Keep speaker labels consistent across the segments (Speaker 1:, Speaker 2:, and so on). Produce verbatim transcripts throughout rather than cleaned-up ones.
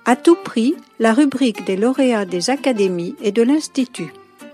Speaker 1: À tout prix, la rubrique des lauréats des académies et de l'Institut.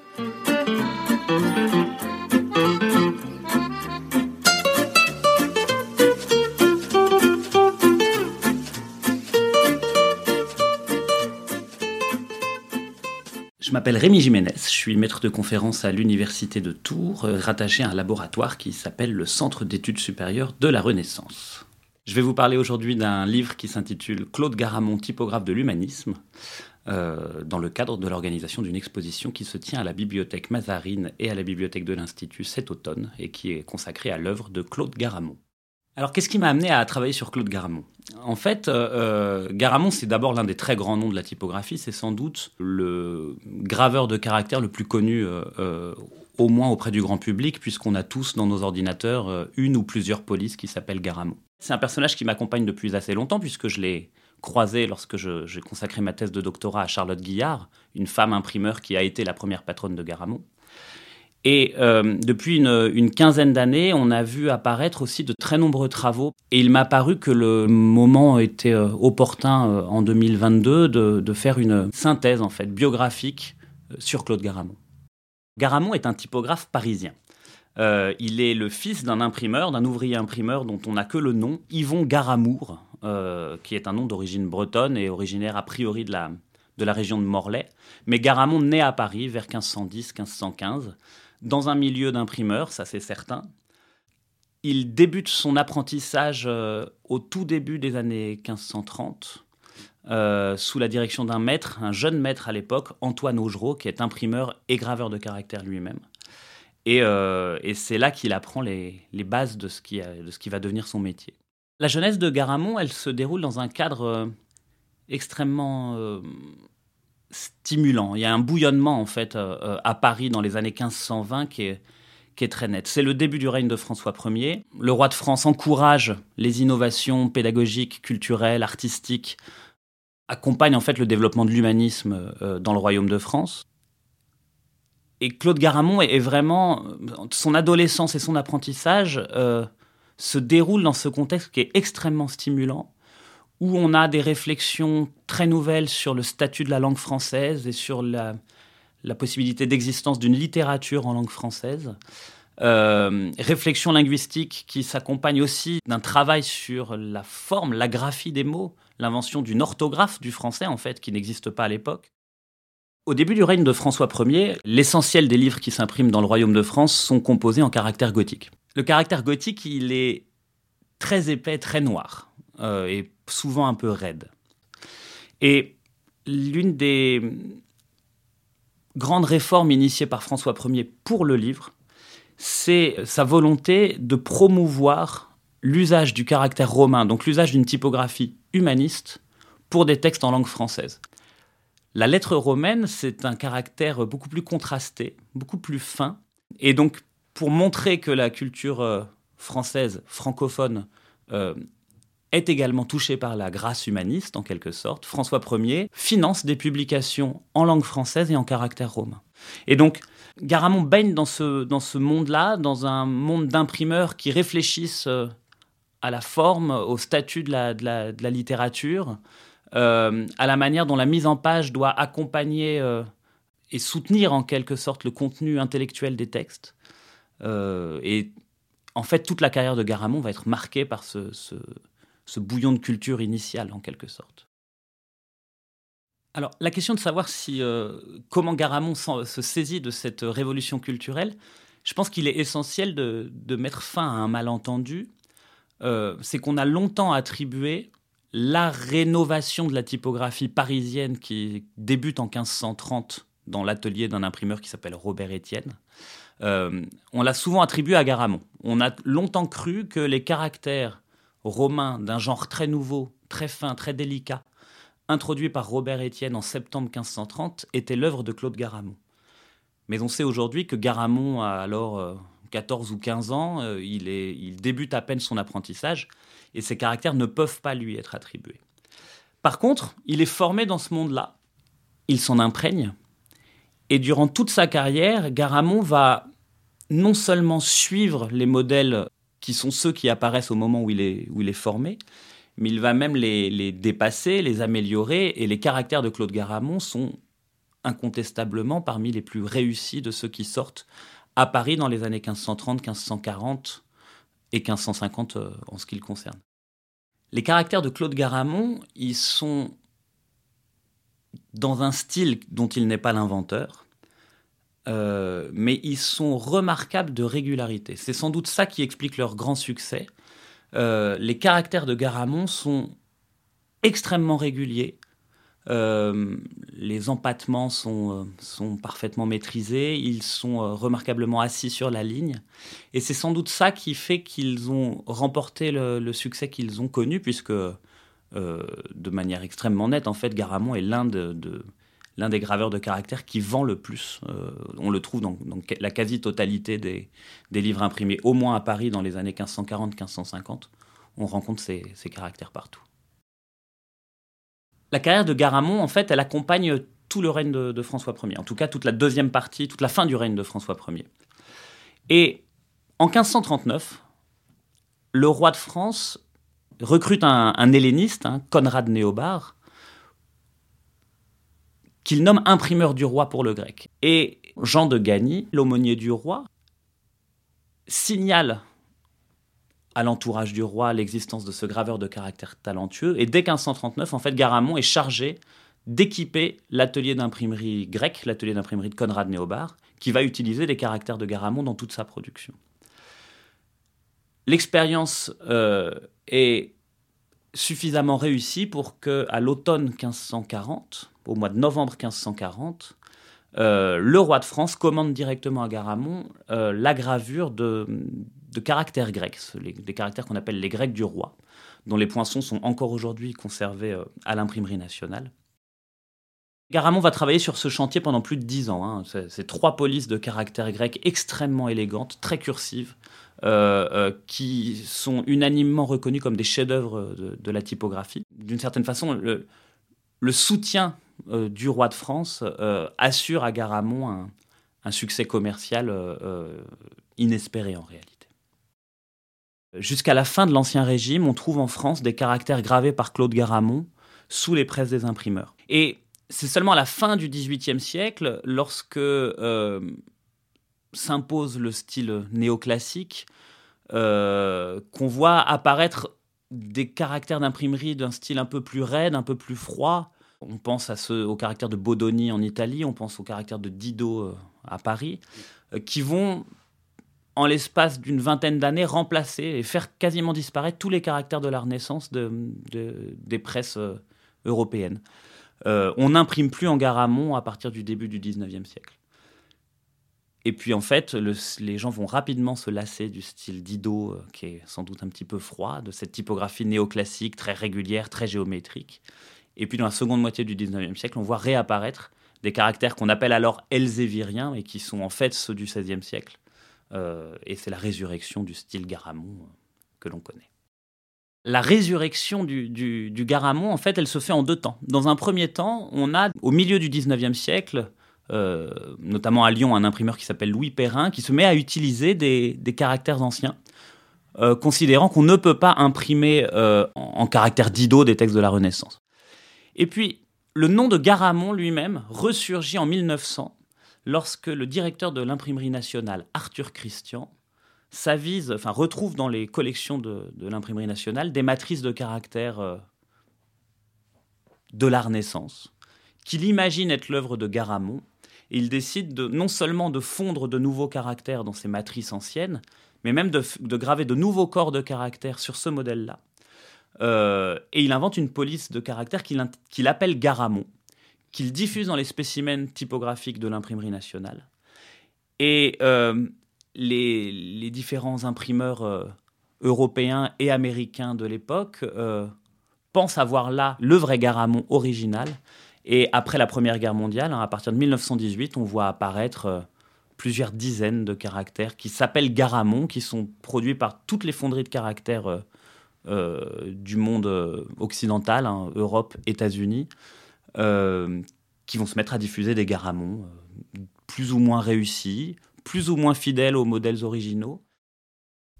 Speaker 2: Je m'appelle Rémi Jiménez, je suis maître de conférence à l'Université de Tours, rattaché à un laboratoire qui s'appelle le Centre d'études supérieures de la Renaissance. Je vais vous parler aujourd'hui d'un livre qui s'intitule « Claude Garamond, typographe de l'humanisme », euh, dans le cadre de l'organisation d'une exposition qui se tient à la Bibliothèque Mazarine et à la Bibliothèque de l'Institut cet automne et qui est consacrée à l'œuvre de Claude Garamond. Alors, qu'est-ce qui m'a amené à travailler sur Claude Garamond ? En fait, euh, Garamond, c'est d'abord l'un des très grands noms de la typographie. C'est sans doute le graveur de caractères le plus connu, euh, euh, au moins auprès du grand public, puisqu'on a tous dans nos ordinateurs euh, une ou plusieurs polices qui s'appellent Garamond. C'est un personnage qui m'accompagne depuis assez longtemps, puisque je l'ai croisé lorsque je, j'ai consacré ma thèse de doctorat à Charlotte Guillard, une femme imprimeur qui a été la première patronne de Garamond. Et euh, depuis une, une quinzaine d'années, on a vu apparaître aussi de très nombreux travaux. Et il m'a paru que le moment était euh, opportun euh, en deux mille vingt-deux de, de faire une synthèse en fait biographique euh, sur Claude Garamond. Garamond est un typographe parisien. Euh, il est le fils d'un imprimeur, d'un ouvrier imprimeur dont on n'a que le nom, Yvon Garamour, euh, qui est un nom d'origine bretonne et originaire a priori de la, de la région de Morlaix. Mais Garamond naît à Paris vers quinze cent dix quinze cent quinze. Dans un milieu d'imprimeur, ça c'est certain. Il débute son apprentissage euh, au tout début des années quinze cent trente, euh, sous la direction d'un maître, un jeune maître à l'époque, Antoine Augereau, qui est imprimeur et graveur de caractères lui-même. Et, euh, et c'est là qu'il apprend les, les bases de ce, qui a, de ce qui va devenir son métier. La jeunesse de Garamond, elle se déroule dans un cadre euh, extrêmement... Euh, stimulant. Il y a un bouillonnement en fait euh, à Paris dans les années quinze cent vingt qui est, qui est très net. C'est le début du règne de François Ier. Le roi de France encourage les innovations pédagogiques, culturelles, artistiques, accompagne en fait le développement de l'humanisme euh, dans le royaume de France. Et Claude Garamond est, est vraiment... Son adolescence et son apprentissage euh, se déroulent dans ce contexte qui est extrêmement stimulant, où on a des réflexions très nouvelles sur le statut de la langue française et sur la, la possibilité d'existence d'une littérature en langue française. Euh, réflexions linguistiques qui s'accompagnent aussi d'un travail sur la forme, la graphie des mots, l'invention d'une orthographe du français, en fait, qui n'existe pas à l'époque. Au début du règne de François Ier, l'essentiel des livres qui s'impriment dans le royaume de France sont composés en caractère gothique. Le caractère gothique, il est très épais, très noir. Euh, et souvent un peu raide. Et l'une des grandes réformes initiées par François Ier pour le livre, c'est sa volonté de promouvoir l'usage du caractère romain, donc l'usage d'une typographie humaniste, pour des textes en langue française. La lettre romaine, c'est un caractère beaucoup plus contrasté, beaucoup plus fin. Et donc, pour montrer que la culture euh, française, francophone, euh, est également touché par la grâce humaniste, en quelque sorte, François Ier finance des publications en langue française et en caractère romain. Et donc, Garamond baigne dans ce, dans ce monde-là, dans un monde d'imprimeurs qui réfléchissent euh, à la forme, au statut de la, de la, de la littérature, euh, à la manière dont la mise en page doit accompagner euh, et soutenir en quelque sorte le contenu intellectuel des textes. Euh, et en fait, toute la carrière de Garamond va être marquée par ce... ce ce bouillon de culture initial, en quelque sorte. Alors, la question de savoir si, euh, comment Garamond se saisit de cette révolution culturelle, je pense qu'il est essentiel de, de mettre fin à un malentendu. Euh, c'est qu'on a longtemps attribué la rénovation de la typographie parisienne qui débute en quinze cent trente dans l'atelier d'un imprimeur qui s'appelle Robert Estienne. Euh, on l'a souvent attribué à Garamond. On a longtemps cru que les caractères romain d'un genre très nouveau, très fin, très délicat, introduit par Robert Estienne en septembre quinze cent trente, était l'œuvre de Claude Garamond. Mais on sait aujourd'hui que Garamond a alors euh, quatorze ou quinze ans, euh, il, est, il débute à peine son apprentissage, et ces caractères ne peuvent pas lui être attribués. Par contre, il est formé dans ce monde-là, il s'en imprègne, et durant toute sa carrière, Garamond va non seulement suivre les modèles qui sont ceux qui apparaissent au moment où il est, où il est formé, mais il va même les, les dépasser, les améliorer, et les caractères de Claude Garamond sont incontestablement parmi les plus réussis de ceux qui sortent à Paris dans les années quinze cent trente, quinze cent quarante et quinze cent cinquante euh, en ce qui le concerne. Les caractères de Claude Garamond, ils sont dans un style dont il n'est pas l'inventeur, euh, mais ils sont remarquables de régularité. C'est sans doute ça qui explique leur grand succès. Euh, les caractères de Garamond sont extrêmement réguliers. Euh, les empattements sont, euh, sont parfaitement maîtrisés, ils sont euh, remarquablement assis sur la ligne, et c'est sans doute ça qui fait qu'ils ont remporté le, le succès qu'ils ont connu, puisque euh, de manière extrêmement nette, en fait, Garamond est l'un, de, de, l'un des graveurs de caractères qui vend le plus. Euh, on le trouve dans, dans la quasi-totalité des, des livres imprimés, au moins à Paris dans les années quinze cent quarante quinze cent cinquante. On rencontre ces, ces caractères partout. La carrière de Garamond, en fait, elle accompagne tout le règne de, de François Ier. En tout cas, toute la deuxième partie, toute la fin du règne de François Ier. Et en quinze cent trente-neuf, le roi de France recrute un, un helléniste, hein, Conrad Néobard, qu'il nomme imprimeur du roi pour le grec. Et Jean de Gagny, l'aumônier du roi, signale à l'entourage du roi l'existence de ce graveur de caractère talentueux. Et dès quinze cent trente-neuf, en fait, Garamond est chargé d'équiper l'atelier d'imprimerie grec, l'atelier d'imprimerie de Conrad Néobard, qui va utiliser les caractères de Garamond dans toute sa production. L'expérience euh, est suffisamment réussie pour qu'à l'automne quinze cent quarante, au mois de novembre quinze cent quarante, euh, le roi de France commande directement à Garamond euh, la gravure de... de caractères grecs, les, des caractères qu'on appelle les grecs du roi, dont les poinçons sont encore aujourd'hui conservés euh, à l'imprimerie nationale. Garamond va travailler sur ce chantier pendant plus de dix ans. Hein. C'est, c'est trois polices de caractères grecs extrêmement élégantes, très cursives, euh, euh, qui sont unanimement reconnues comme des chefs-d'œuvre de, de la typographie. D'une certaine façon, le, le soutien euh, du roi de France euh, assure à Garamond un, un succès commercial euh, euh, inespéré en réalité. Jusqu'à la fin de l'Ancien Régime, on trouve en France des caractères gravés par Claude Garamond sous les presses des imprimeurs. Et c'est seulement à la fin du dix-huitième siècle, lorsque euh, s'impose le style néoclassique, euh, qu'on voit apparaître des caractères d'imprimerie d'un style un peu plus raide, un peu plus froid. On pense à ceux, aux caractères de Bodoni en Italie, on pense aux caractères de Didot euh, à Paris, euh, qui vont, en l'espace d'une vingtaine d'années, remplacer et faire quasiment disparaître tous les caractères de la Renaissance de, de, des presses euh, européennes. Euh, on n'imprime plus en Garamond à partir du début du dix-neuvième siècle. Et puis en fait, le, les gens vont rapidement se lasser du style Didot, euh, qui est sans doute un petit peu froid, de cette typographie néoclassique, très régulière, très géométrique. Et puis dans la seconde moitié du dix-neuvième siècle, on voit réapparaître des caractères qu'on appelle alors elzéviriens, et qui sont en fait ceux du seizième siècle. Euh, et c'est la résurrection du style Garamond euh, que l'on connaît. La résurrection du, du, du Garamond, en fait, elle se fait en deux temps. Dans un premier temps, on a, au milieu du dix-neuvième siècle, euh, notamment à Lyon, un imprimeur qui s'appelle Louis Perrin, qui se met à utiliser des, des caractères anciens, euh, considérant qu'on ne peut pas imprimer euh, en, en caractères Didot des textes de la Renaissance. Et puis, le nom de Garamond lui-même ressurgit en mille neuf cents, lorsque le directeur de l'imprimerie nationale, Arthur Christian, s'avise, enfin, retrouve dans les collections de, de l'imprimerie nationale des matrices de caractères euh, de la Renaissance, qu'il imagine être l'œuvre de Garamond. Et il décide de, non seulement de fondre de nouveaux caractères dans ces matrices anciennes, mais même de, de graver de nouveaux corps de caractères sur ce modèle-là. Euh, et il invente une police de caractères qu'il, qu'il appelle Garamond, qu'il diffuse dans les spécimens typographiques de l'imprimerie nationale. Et euh, les, les différents imprimeurs euh, européens et américains de l'époque euh, pensent avoir là le vrai Garamond original. Et après la Première Guerre mondiale, hein, à partir de mille neuf cent dix-huit, on voit apparaître euh, plusieurs dizaines de caractères qui s'appellent Garamond, qui sont produits par toutes les fonderies de caractères euh, euh, du monde euh, occidental, hein, Europe, États-Unis, euh, qui vont se mettre à diffuser des Garamond euh, plus ou moins réussis, plus ou moins fidèles aux modèles originaux.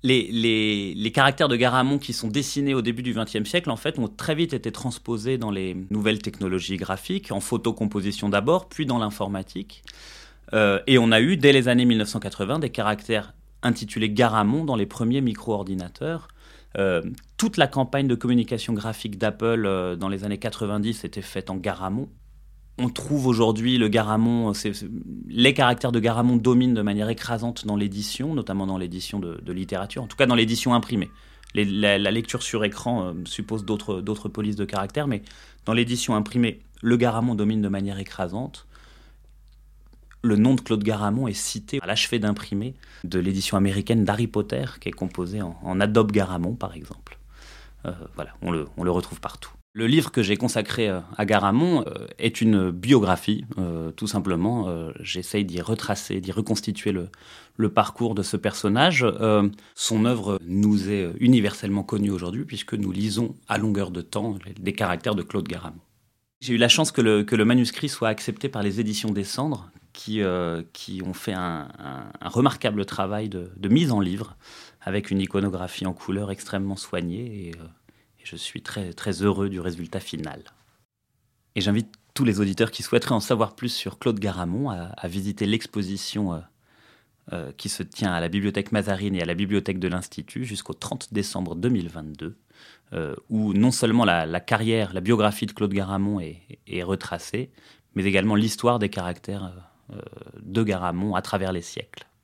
Speaker 2: Les, les, les caractères de Garamond qui sont dessinés au début du vingtième siècle, en fait, ont très vite été transposés dans les nouvelles technologies graphiques, en photocomposition d'abord, puis dans l'informatique. Euh, et on a eu, dès les années mille neuf cent quatre-vingts, des caractères intitulés Garamond dans les premiers micro-ordinateurs. Euh, toute la campagne de communication graphique d'Apple euh, dans les années quatre-vingt-dix était faite en Garamond. On trouve aujourd'hui le Garamond, c'est, c'est, les caractères de Garamond dominent de manière écrasante dans l'édition, notamment dans l'édition de, de littérature, en tout cas dans l'édition imprimée. Les, la, la lecture sur écran euh, suppose d'autres, d'autres polices de caractères, mais dans l'édition imprimée, le Garamond domine de manière écrasante. Le nom de Claude Garamond est cité à l'achevé d'imprimer de l'édition américaine d'Harry Potter, qui est composée en, en Adobe Garamond, par exemple. Euh, voilà, on le, on le retrouve partout. Le livre que j'ai consacré à Garamond euh, est une biographie, euh, tout simplement. Euh, j'essaye d'y retracer, d'y reconstituer le, le parcours de ce personnage. Euh, son œuvre nous est universellement connue aujourd'hui, puisque nous lisons à longueur de temps des caractères de Claude Garamond. J'ai eu la chance que le, que le manuscrit soit accepté par les éditions des Cendres, qui, euh, qui ont fait un, un, un remarquable travail de, de mise en livre, avec une iconographie en couleur extrêmement soignée, et euh, je suis très, très heureux du résultat final. Et j'invite tous les auditeurs qui souhaiteraient en savoir plus sur Claude Garamond à, à visiter l'exposition euh, euh, qui se tient à la Bibliothèque Mazarine et à la Bibliothèque de l'Institut jusqu'au trente décembre deux mille vingt-deux, euh, où non seulement la, la carrière, la biographie de Claude Garamond est, est retracée, mais également l'histoire des caractères euh, de Garamond à travers les siècles.